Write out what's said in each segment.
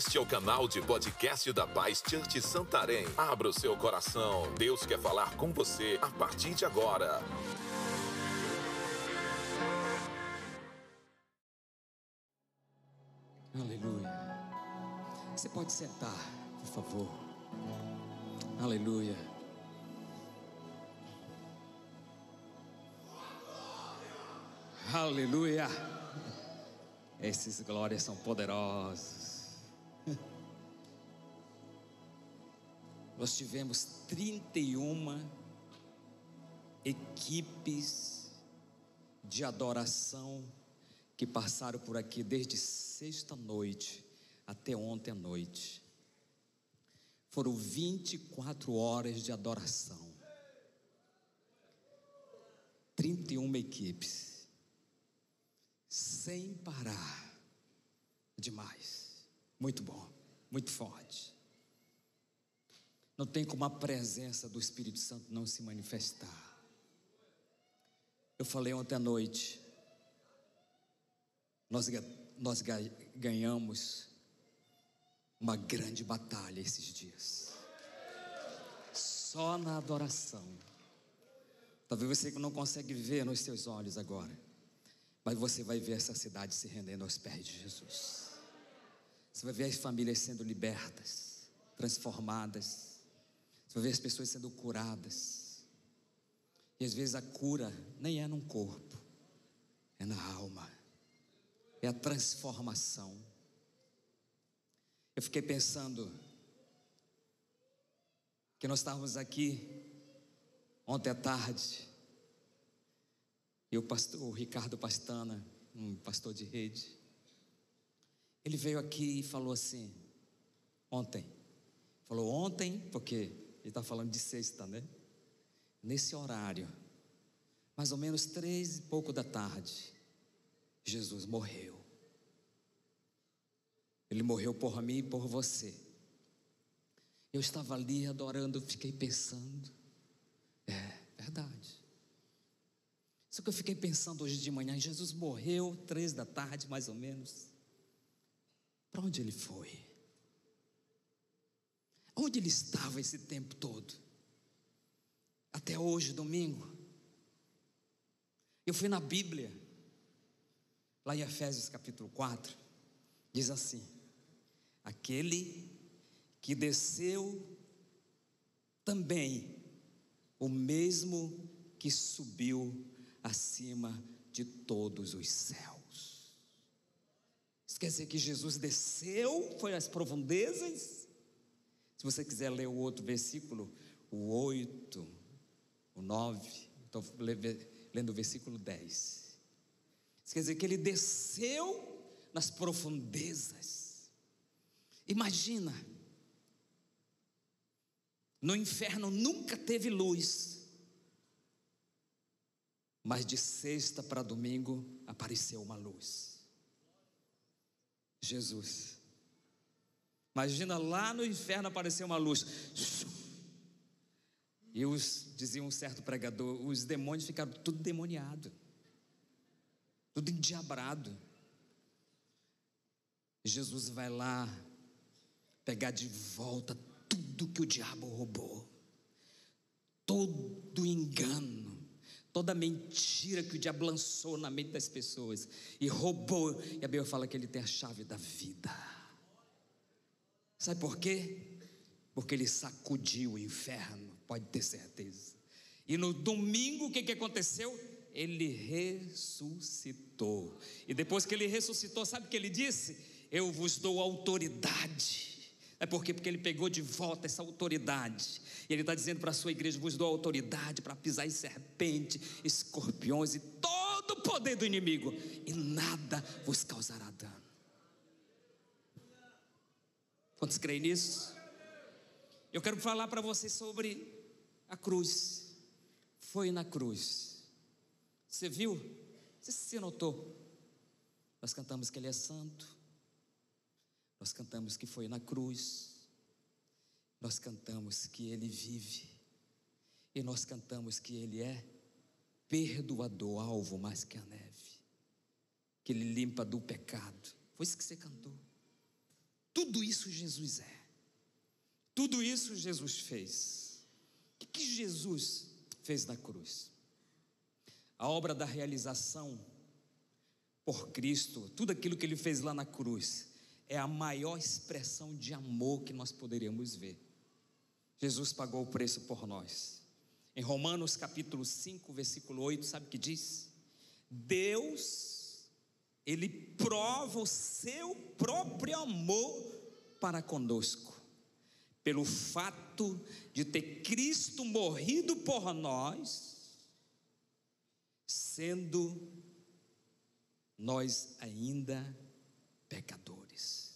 Este é o canal de podcast da Paz Church Santarém. Abra o seu coração. Deus quer falar com você a partir de agora. Aleluia. Você pode sentar, por favor. Aleluia. Aleluia. Esses glórias são poderosos. Nós tivemos 31 equipes de adoração que passaram por aqui desde sexta-noite até ontem à noite. Foram 24 horas de adoração. 31 equipes. Sem parar. Demais. Muito bom. Muito forte. Não tem como a presença do Espírito Santo não se manifestar. Eu falei ontem à noite. Nós ganhamos uma grande batalha esses dias. Só na adoração. Talvez você não consegue ver nos seus olhos agora, mas você vai ver essa cidade se rendendo aos pés de Jesus. Você vai ver as famílias sendo libertas, transformadas. Você vai ver as pessoas sendo curadas. E às vezes a cura nem é num corpo, é na alma. É a transformação. Eu fiquei pensando que nós estávamos aqui ontem à tarde, e o Ricardo Pastana, um pastor de rede, ele veio aqui e falou assim, ontem, porque ele está falando de sexta, né? Nesse horário, mais ou menos 3 e pouco da tarde, Jesus morreu. Ele morreu por mim e por você. Eu estava ali adorando, fiquei pensando. É verdade. Só que eu fiquei pensando hoje de manhã, Jesus morreu 3 da tarde mais ou menos. Para onde ele foi? Onde ele estava esse tempo todo? Até hoje, domingo. Eu fui na Bíblia. Lá em Efésios capítulo 4, diz assim: aquele que desceu também, o mesmo que subiu acima de todos os céus. Isso quer dizer que Jesus desceu, foi às profundezas. Se você quiser ler o outro versículo, o 8, o 9, estou lendo o versículo 10. Isso quer dizer que ele desceu nas profundezas. Imagina, no inferno nunca teve luz, mas de sexta para domingo apareceu uma luz. Jesus. Imagina, lá no inferno apareceu uma luz. E dizia um certo pregador, os demônios ficaram tudo demoniado, tudo endiabrado. Jesus vai lá pegar de volta tudo que o diabo roubou, todo engano, toda mentira que o diabo lançou na mente das pessoas e roubou. E a Bíblia fala que ele tem a chave da vida. Sabe por quê? Porque ele sacudiu o inferno, pode ter certeza. E no domingo o que aconteceu? Ele ressuscitou. E depois que ele ressuscitou, sabe o que ele disse? Eu vos dou autoridade. É porque ele pegou de volta essa autoridade. E ele está dizendo para a sua igreja: vos dou autoridade para pisar em serpente, escorpiões e todo o poder do inimigo, e nada vos causará dano. Quantos creem nisso? Eu quero falar para vocês sobre a cruz. Foi na cruz. Você viu? Você notou? Nós cantamos que ele é santo. Nós cantamos que foi na cruz. Nós cantamos que ele vive. E nós cantamos que ele é perdoador, alvo mais que a neve, que ele limpa do pecado. Foi isso que você cantou. Tudo isso Jesus é. Tudo isso Jesus fez. O que Jesus fez na cruz? A obra da realização por Cristo, tudo aquilo que Ele fez lá na cruz, é a maior expressão de amor que nós poderíamos ver. Jesus pagou o preço por nós. Em Romanos capítulo 5, versículo 8, sabe o que diz? Deus, Ele prova o seu próprio amor para conosco, pelo fato de ter Cristo morrido por nós, sendo nós ainda pecadores.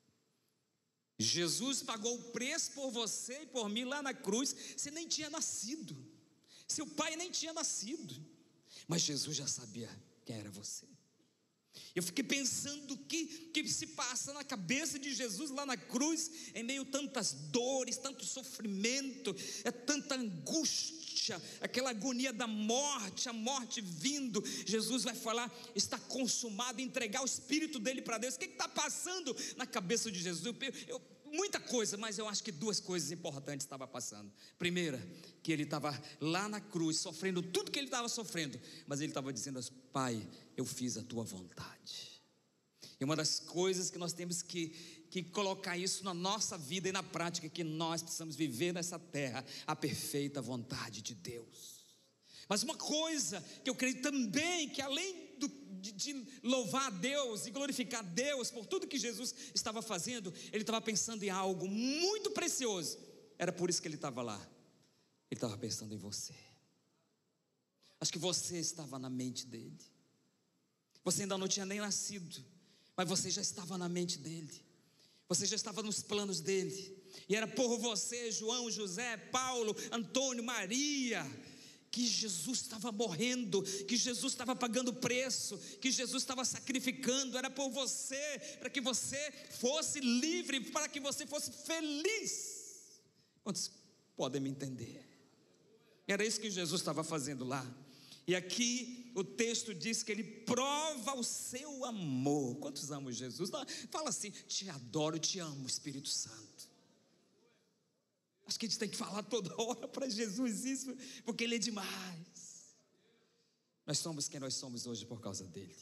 Jesus pagou o preço por você e por mim lá na cruz. Você nem tinha nascido, seu pai nem tinha nascido, mas Jesus já sabia quem era você. Eu fiquei pensando o que se passa na cabeça de Jesus lá na cruz, em meio a tantas dores, tanto sofrimento, tanta angústia, aquela agonia da morte, a morte vindo. Jesus vai falar, está consumado, entregar o Espírito dele para Deus. O que está passando na cabeça de Jesus? Muita coisa, mas eu acho que duas coisas importantes estavam passando. Primeira, que ele estava lá na cruz, sofrendo tudo que ele estava sofrendo, mas ele estava dizendo assim: Pai, eu fiz a tua vontade. E uma das coisas que nós temos que colocar isso na nossa vida e na prática, que nós precisamos viver nessa terra, a perfeita vontade de Deus. Mas uma coisa que eu creio também, que além de louvar a Deus e glorificar a Deus por tudo que Jesus estava fazendo, ele estava pensando em algo muito precioso. Era por isso que ele estava lá. Ele estava pensando em você. Acho que você estava na mente dele. Você ainda não tinha nem nascido, mas você já estava na mente dele. Você já estava nos planos dele. E era por você, João, José, Paulo, Antônio, Maria, que Jesus estava morrendo, que Jesus estava pagando preço, que Jesus estava sacrificando. Era por você, para que você fosse livre, para que você fosse feliz. Quantos podem me entender? Era isso que Jesus estava fazendo lá. E aqui o texto diz que ele prova o seu amor. Quantos amam Jesus? Fala assim: te adoro, te amo, Espírito Santo. Acho que a gente tem que falar toda hora para Jesus isso, porque Ele é demais. Nós somos quem nós somos hoje por causa dEle.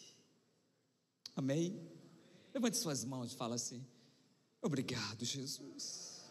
Amém? Levante suas mãos e fala assim: obrigado, Jesus.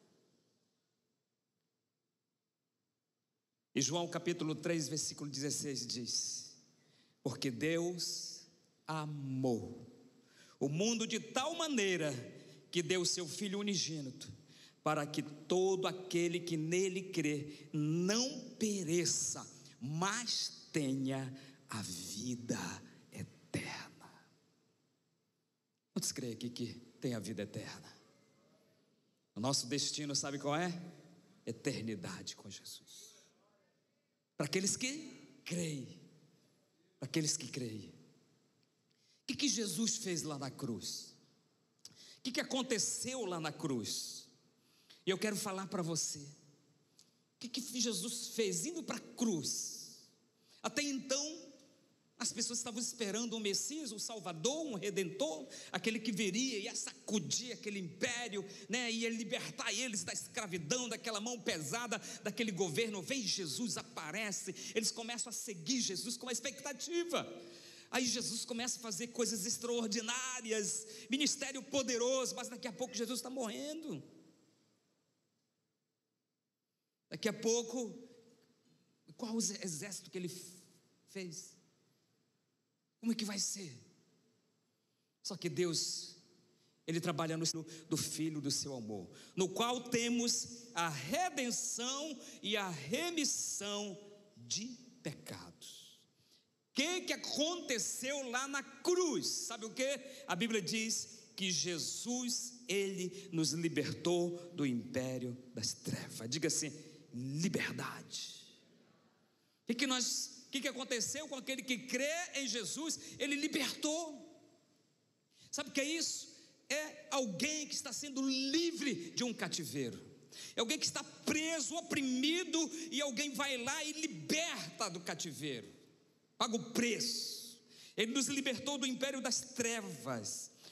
E João capítulo 3, versículo 16 diz: porque Deus amou o mundo de tal maneira que deu o seu Filho unigênito, para que todo aquele que nele crê não pereça, mas tenha a vida eterna. Quantos creem aqui que tem a vida eterna? O nosso destino, sabe qual é? Eternidade com Jesus. Para aqueles que creem. Para aqueles que creem. O que Jesus fez lá na cruz? O que aconteceu lá na cruz? E eu quero falar para você, o que Jesus fez indo para a cruz? Até então, as pessoas estavam esperando um Messias, um Salvador, um Redentor, aquele que viria, ia sacudir aquele império, né? Ia libertar eles da escravidão, daquela mão pesada, daquele governo. Vem Jesus, aparece, eles começam a seguir Jesus com uma expectativa. Aí Jesus começa a fazer coisas extraordinárias, ministério poderoso, mas daqui a pouco Jesus está morrendo. Daqui a pouco, qual o exército que ele fez? Como é que vai ser? Só que Deus, Ele trabalha no do Filho do seu amor, no qual temos a redenção e a remissão de pecados. O que aconteceu lá na cruz? Sabe o que? A Bíblia diz que Jesus, Ele nos libertou do império das trevas. Diga assim: liberdade. O que aconteceu com aquele que crê em Jesus? Ele libertou. Sabe o que é isso? É alguém que está sendo livre de um cativeiro. É alguém que está preso, oprimido, e alguém vai lá e liberta do cativeiro. Paga o preço. Ele nos libertou do império das trevas.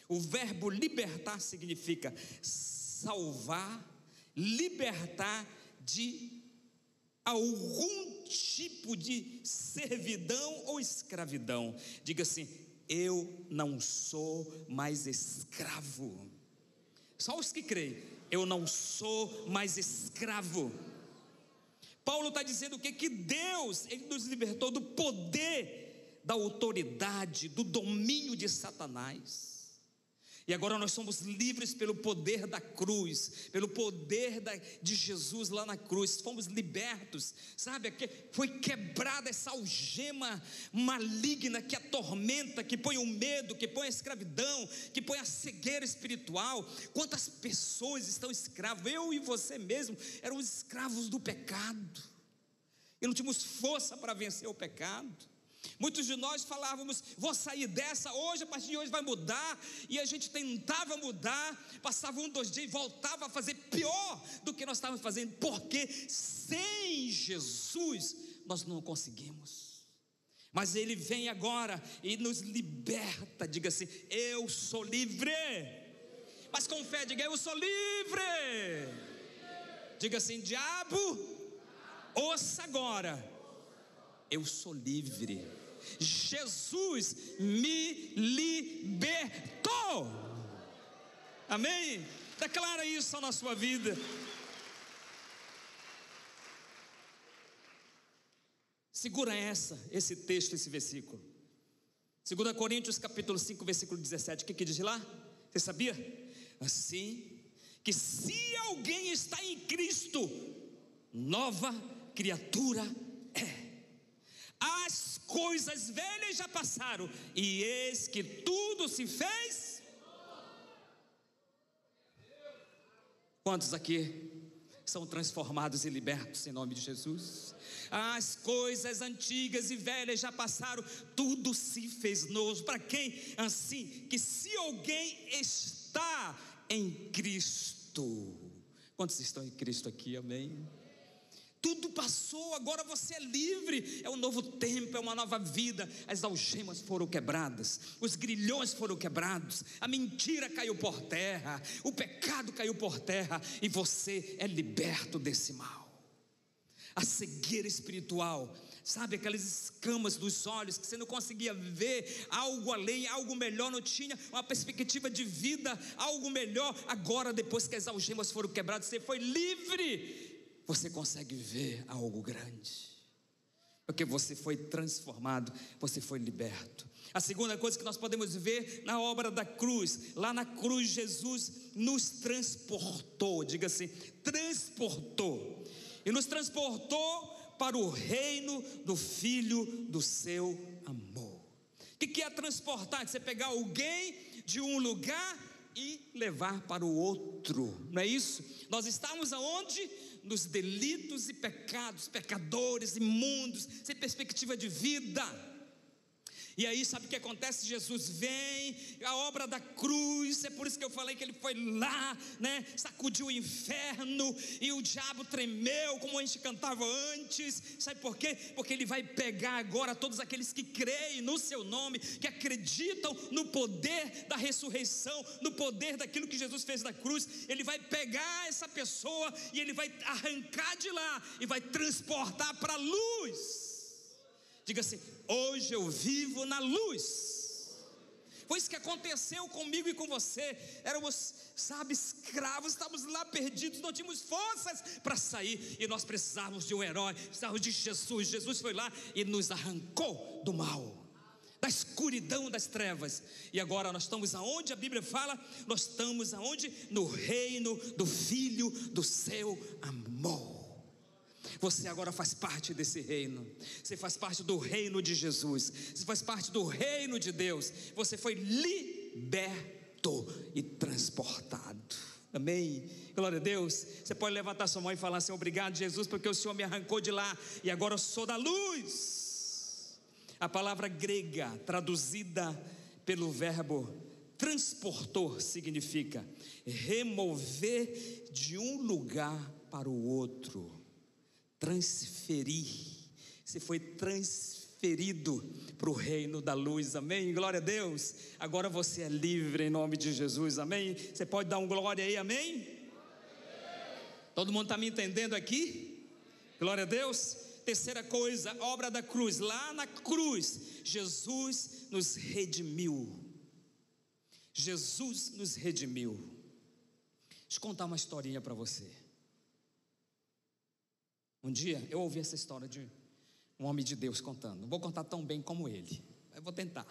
O verbo libertar significa salvar, libertar de algum tipo de servidão ou escravidão. Diga assim: eu não sou mais escravo. Só os que creem: eu não sou mais escravo. Paulo está dizendo o quê? Que Deus, Ele nos libertou do poder, da autoridade, do domínio de Satanás. E agora nós somos livres pelo poder da cruz, pelo poder de Jesus lá na cruz. Fomos libertos, sabe? Foi quebrada essa algema maligna que atormenta, que põe o medo, que põe a escravidão, que põe a cegueira espiritual. Quantas pessoas estão escravas? Eu e você mesmo éramos escravos do pecado e não tínhamos força para vencer o pecado. Muitos de nós falávamos: vou sair dessa, hoje, a partir de hoje vai mudar. E a gente tentava mudar, passava 1, 2 dias e voltava a fazer pior do que nós estávamos fazendo, porque sem Jesus nós não conseguimos. Mas Ele vem agora e nos liberta. Diga assim: eu sou livre. Mas com fé diga: eu sou livre. Diga assim: diabo, ouça agora, eu sou livre. Jesus me libertou. Amém? Declara isso na sua vida. Segura esse texto, esse versículo. 2 Coríntios capítulo 5, versículo 17. O que diz lá? Você sabia? Assim que se alguém está em Cristo, nova criatura é. As coisas velhas já passaram, e eis que tudo se fez. Quantos aqui são transformados e libertos em nome de Jesus? As coisas antigas e velhas já passaram, tudo se fez novo. Para quem? Assim, que se alguém está em Cristo. Quantos estão em Cristo aqui? Amém? Tudo passou, agora você é livre. É um novo tempo, é uma nova vida. As algemas foram quebradas, os grilhões foram quebrados, a mentira caiu por terra, o pecado caiu por terra, e você é liberto desse mal. A cegueira espiritual, sabe, aquelas escamas dos olhos que você não conseguia ver algo além, algo melhor, não tinha uma perspectiva de vida, algo melhor. Agora, depois que as algemas foram quebradas, você foi livre. Você consegue ver algo grande, porque você foi transformado, você foi liberto. A segunda coisa que nós podemos ver na obra da cruz, lá na cruz Jesus nos transportou. Diga assim: transportou. E nos transportou para o reino do Filho do seu amor. O que é transportar? Você pegar alguém de um lugar e levar para o outro, não é isso? Nós estamos aonde? Nos delitos e pecados, pecadores, imundos, sem perspectiva de vida. E aí sabe o que acontece? Jesus vem, a obra da cruz, é por isso que eu falei que Ele foi lá, né? Sacudiu o inferno e o diabo tremeu, como a gente cantava antes. Sabe por quê? Porque Ele vai pegar agora todos aqueles que creem no seu nome, que acreditam no poder da ressurreição, no poder daquilo que Jesus fez na cruz. Ele vai pegar essa pessoa e Ele vai arrancar de lá e vai transportar para a luz. Diga assim: hoje eu vivo na luz. Foi isso que aconteceu comigo e com você. Éramos, sabe, escravos, estávamos lá perdidos, não tínhamos forças para sair, e nós precisávamos de um herói, precisávamos de Jesus. Jesus foi lá e nos arrancou do mal, da escuridão das trevas. E agora nós estamos aonde a Bíblia fala? Nós estamos aonde? No reino do Filho do seu amor. Você agora faz parte desse reino. Você faz parte do reino de Jesus. Você faz parte do reino de Deus. Você foi liberto e transportado. Amém? Glória a Deus. Você pode levantar sua mão e falar assim: obrigado, Jesus, porque o Senhor me arrancou de lá e agora eu sou da luz. A palavra grega traduzida pelo verbo transportor significa remover de um lugar para o outro. Transferir. Você foi transferido transferido para o reino da luz, amém? Glória a Deus. Agora você é livre em nome de Jesus, amém? Você pode dar um glória aí, amém? Todo mundo está me entendendo aqui? Glória a Deus. Terceira coisa, obra da cruz. Lá na cruz, Jesus nos redimiu. Jesus nos redimiu. Deixa eu contar uma historinha para você. Um dia eu ouvi essa história de um homem de Deus contando. Não vou contar tão bem como ele, mas vou tentar.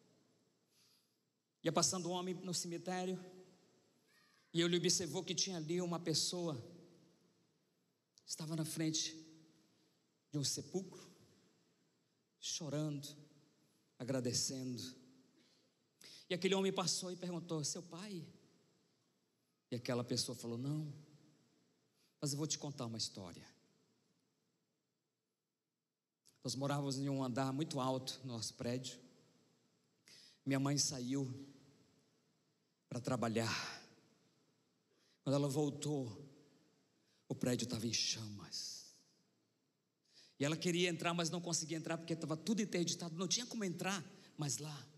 Ia passando um homem no cemitério, e ele observou que tinha ali uma pessoa, estava na frente de um sepulcro, chorando, agradecendo. E aquele homem passou e perguntou: seu pai? E aquela pessoa falou: não, mas eu vou te contar uma história. Nós morávamos em um andar muito alto no nosso prédio. Minha mãe saiu para trabalhar. Quando ela voltou, o prédio estava em chamas. E ela queria entrar, mas não conseguia entrar porque estava tudo interditado, não tinha como entrar. Mas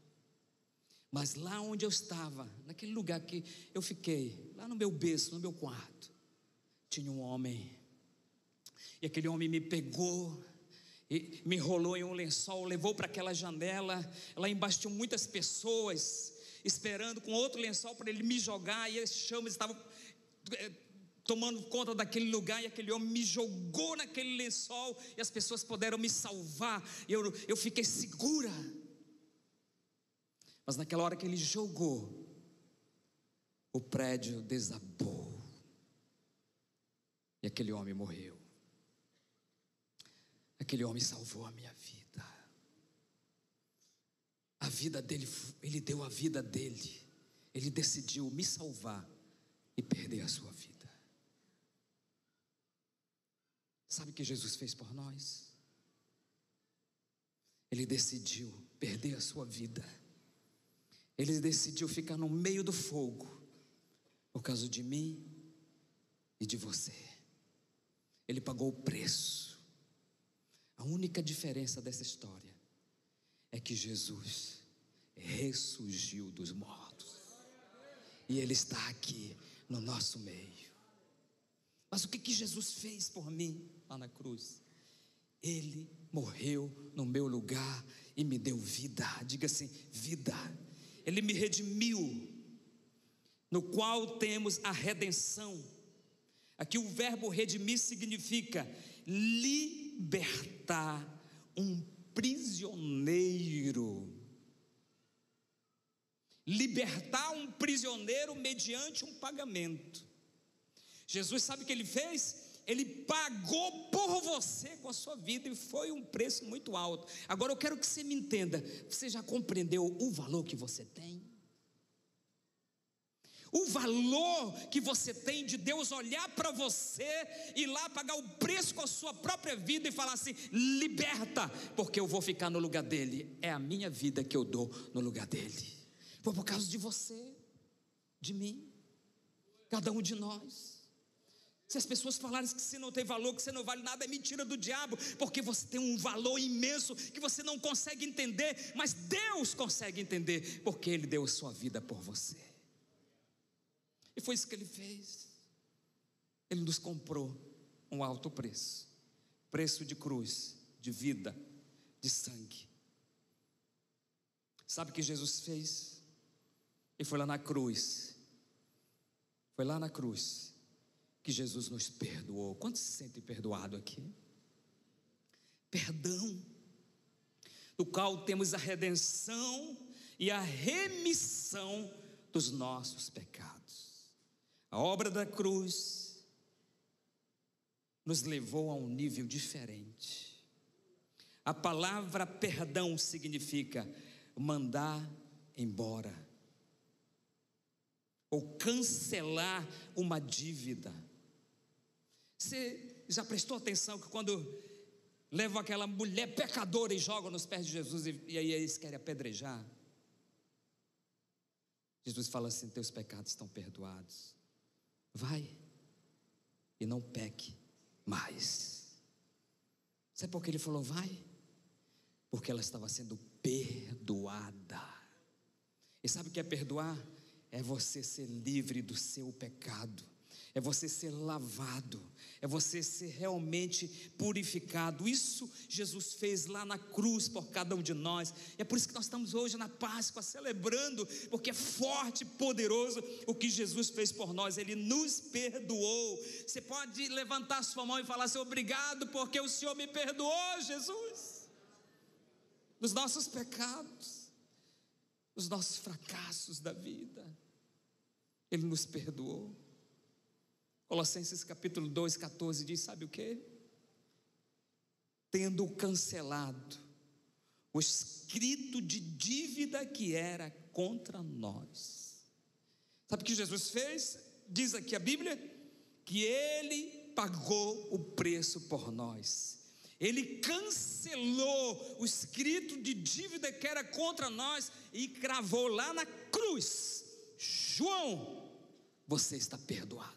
lá onde eu estava, naquele lugar que eu fiquei, lá no meu berço, no meu quarto, tinha um homem. E aquele homem me pegou e me enrolou em um lençol, levou para aquela janela. Lá embaixo tinham muitas pessoas esperando com outro lençol para ele me jogar, e as chamas estavam tomando conta daquele lugar, e aquele homem me jogou naquele lençol, e as pessoas puderam me salvar, e eu fiquei segura. Mas naquela hora que ele jogou, o prédio desabou, e aquele homem morreu. Aquele homem salvou a minha vida. A vida dele, ele deu a vida dele. Ele decidiu me salvar e perder a sua vida. Sabe o que Jesus fez por nós? Ele decidiu perder a sua vida. Ele decidiu ficar no meio do fogo por causa de mim e de você. Ele pagou o preço. A única diferença dessa história é que Jesus ressurgiu dos mortos, e Ele está aqui no nosso meio. Mas o que Jesus fez por mim lá na cruz? Ele morreu no meu lugar e me deu vida. Diga assim: vida. Ele me redimiu, no qual temos a redenção. Aqui o verbo redimir significa libertar um prisioneiro. Libertar um prisioneiro mediante um pagamento. Jesus, sabe o que Ele fez? Ele pagou por você com a sua vida, e foi um preço muito alto. Agora eu quero que você me entenda. Você já compreendeu o valor que você tem? O valor que você tem de Deus olhar para você, ir lá pagar o preço com a sua própria vida e falar assim: liberta, porque eu vou ficar no lugar dele. É a minha vida que eu dou no lugar dele. Foi por causa de você, de mim, cada um de nós. Se as pessoas falarem que você não tem valor, que você não vale nada, é mentira do diabo, porque você tem um valor imenso que você não consegue entender, mas Deus consegue entender, porque Ele deu a sua vida por você. E foi isso que Ele fez. Ele nos comprou um alto preço, preço de cruz, de vida, de sangue. Sabe o que Jesus fez? Ele foi lá na cruz. Foi lá na cruz que Jesus nos perdoou. Quantos se sentem perdoados aqui? Perdão, do qual temos a redenção e a remissão dos nossos pecados. A obra da cruz nos levou a um nível diferente. A palavra perdão significa mandar embora, ou cancelar uma dívida. Você já prestou atenção que quando levam aquela mulher pecadora e jogam nos pés de Jesus, e aí eles querem apedrejar? Jesus fala assim: teus pecados estão perdoados. Vai e não peque mais. Sabe por que Ele falou vai? porque ela estava sendo perdoada. E sabe o que é perdoar? É você ser livre do seu pecado, é você ser lavado, é você ser realmente purificado. Isso Jesus fez lá na cruz por cada um de nós. E é por isso que nós estamos hoje na Páscoa celebrando, porque é forte e poderoso o que Jesus fez por nós. Ele nos perdoou. Você pode levantar sua mão e falar assim: obrigado porque o Senhor me perdoou, Jesus, dos nossos pecados, dos nossos fracassos da vida. Ele nos perdoou. Colossenses capítulo 2, 14 diz, sabe o que? Tendo cancelado o escrito de dívida que era contra nós. Sabe o que Jesus fez? Diz aqui a Bíblia, que Ele pagou o preço por nós. Ele cancelou o escrito de dívida que era contra nós e cravou lá na cruz. João, você está perdoado.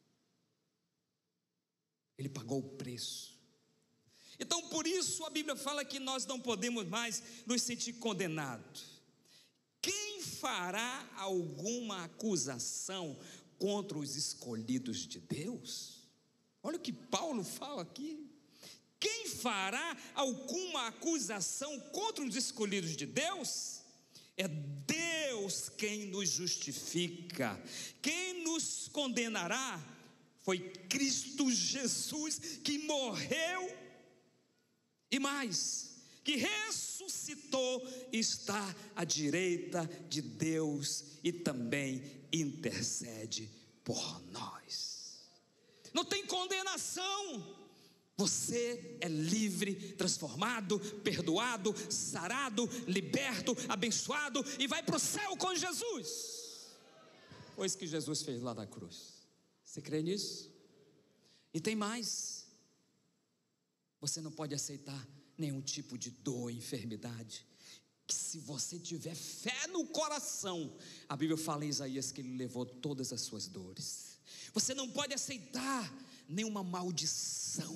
Ele pagou o preço. Então por isso a Bíblia fala que nós não podemos mais nos sentir condenados. Quem fará alguma acusação contra os escolhidos de Deus? Olha o que Paulo fala aqui. Quem fará alguma acusação contra os escolhidos de Deus? É Deus quem nos justifica. Quem nos condenará? Foi Cristo Jesus que morreu e mais, que ressuscitou e está à direita de Deus e também intercede por nós. Não tem condenação. Você é livre, transformado, perdoado, sarado, liberto, abençoado e vai para o céu com Jesus. Foi isso que Jesus fez lá na cruz. Você crê nisso? E tem mais. Você não pode aceitar nenhum tipo de dor, enfermidade. Que se você tiver fé no coração, a Bíblia fala em Isaías que Ele levou todas as suas dores. Você não pode aceitar nenhuma maldição.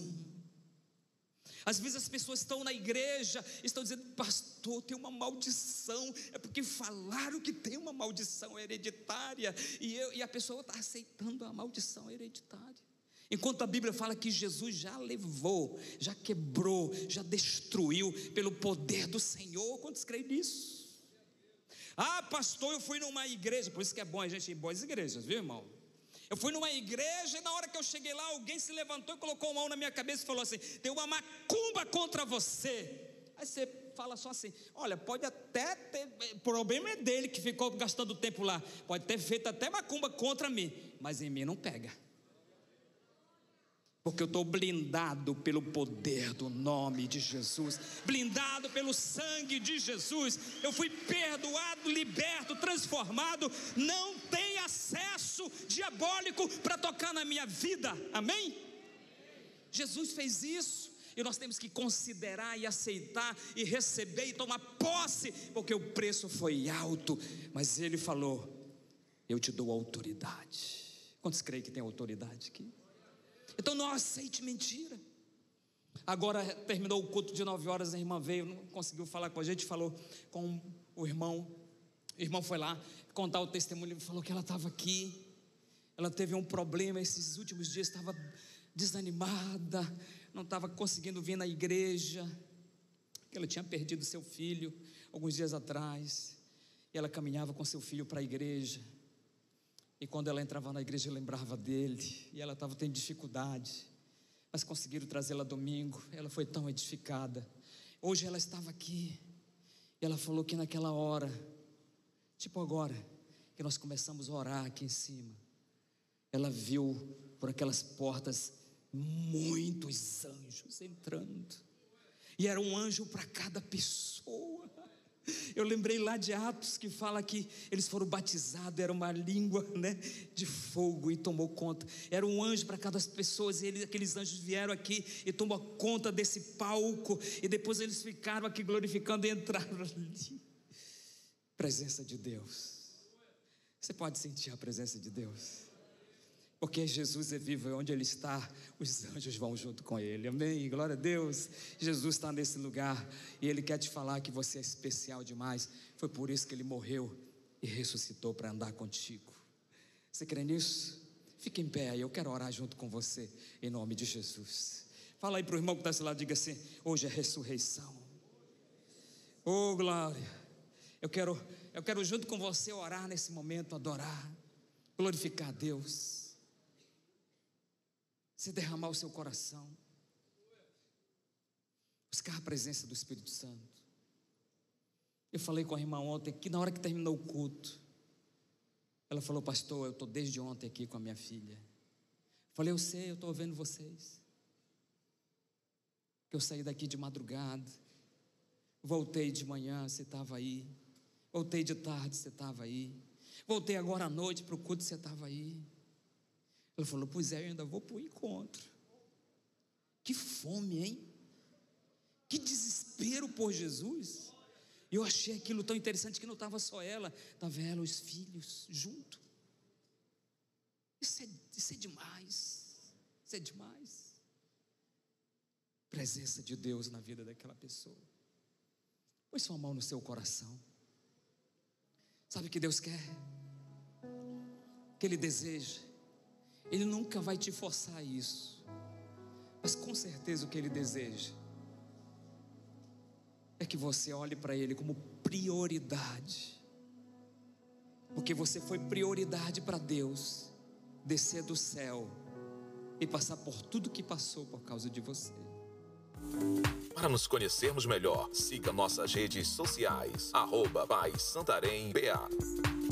Às vezes as pessoas estão na igreja, estão dizendo: pastor, tem uma maldição. É porque falaram que tem uma maldição hereditária, e a pessoa está aceitando a maldição hereditária, enquanto a Bíblia fala que Jesus já levou, já quebrou, já destruiu pelo poder do Senhor. Quantos creem nisso? Ah, pastor, eu fui numa igreja. Por isso que é bom a gente ir em boas igrejas, viu, irmão? Eu fui numa igreja e na hora que eu cheguei lá, alguém se levantou e colocou a mão na minha cabeça e falou assim: tem uma macumba contra você. Aí você fala só assim: olha, pode até ter, o problema é dele que ficou gastando tempo lá, pode ter feito até macumba contra mim, mas em mim não pega, porque eu estou blindado pelo poder do nome de Jesus, blindado pelo sangue de Jesus. Eu fui perdoado, liberto, transformado. Não tem acesso diabólico para tocar na minha vida, amém? Jesus fez isso, e nós temos que considerar e aceitar e receber e tomar posse, porque o preço foi alto, mas Ele falou: eu te dou autoridade. Quantos creem que tem autoridade aqui? Então não aceite mentira. Agora terminou o culto de 9 horas, a irmã veio, não conseguiu falar com a gente, falou com o irmão foi lá contar o testemunho, ele falou que ela estava aqui, ela teve um problema esses últimos dias, estava desanimada, não estava conseguindo vir na igreja, que ela tinha perdido seu filho alguns dias atrás, e ela caminhava com seu filho para a igreja, e quando ela entrava na igreja lembrava dele, e ela estava tendo dificuldade, mas conseguiram trazê-la domingo. Ela foi tão edificada. Hoje ela estava aqui, e ela falou que naquela hora, tipo agora, que nós começamos a orar aqui em cima, ela viu por aquelas portas muitos anjos entrando, e era um anjo para cada pessoa. Eu lembrei lá de Atos, que fala que eles foram batizados, era uma língua, de fogo, e tomou conta, era um anjo para cada pessoa, e aqueles anjos vieram aqui e tomou conta desse palco, e depois eles ficaram aqui glorificando e entraram ali. Presença de Deus. Você pode sentir a presença de Deus, Porque Jesus é vivo e onde Ele está, os anjos vão junto com Ele. Amém? Glória a Deus. Jesus está nesse lugar e Ele quer te falar que você é especial demais. Foi por isso que Ele morreu e ressuscitou para andar contigo. Você crê nisso? Fique em pé aí, eu quero orar junto com você, em nome de Jesus. Fala aí para o irmão que está desse lado, diga assim: hoje é ressurreição. Oh, glória. Eu quero junto com você orar nesse momento, adorar, glorificar a Deus. Se derramar o seu coração, buscar a presença do Espírito Santo. Eu falei com a irmã ontem que na hora que terminou o culto, ela falou: pastor, eu estou desde ontem aqui com a minha filha. Falei: eu sei, eu estou vendo vocês. Que eu saí daqui de madrugada, voltei de manhã, você estava aí. Voltei de tarde, você estava aí. Voltei agora à noite para o culto, você estava aí. Ela falou: pois é, eu ainda vou para o encontro. Que fome, hein? Que desespero por Jesus. Eu achei aquilo tão interessante que não estava só ela, estava ela, os filhos, junto. Isso é demais. Isso é demais. Presença de Deus na vida daquela pessoa. Põe sua mão no seu coração. Sabe o que Deus quer? Que Ele deseja. Ele nunca vai te forçar a isso, mas com certeza o que Ele deseja é que você olhe para Ele como prioridade, porque você foi prioridade para Deus, descer do céu e passar por tudo que passou por causa de você. Para nos conhecermos melhor, siga nossas redes sociais, @PaisSantarém BA.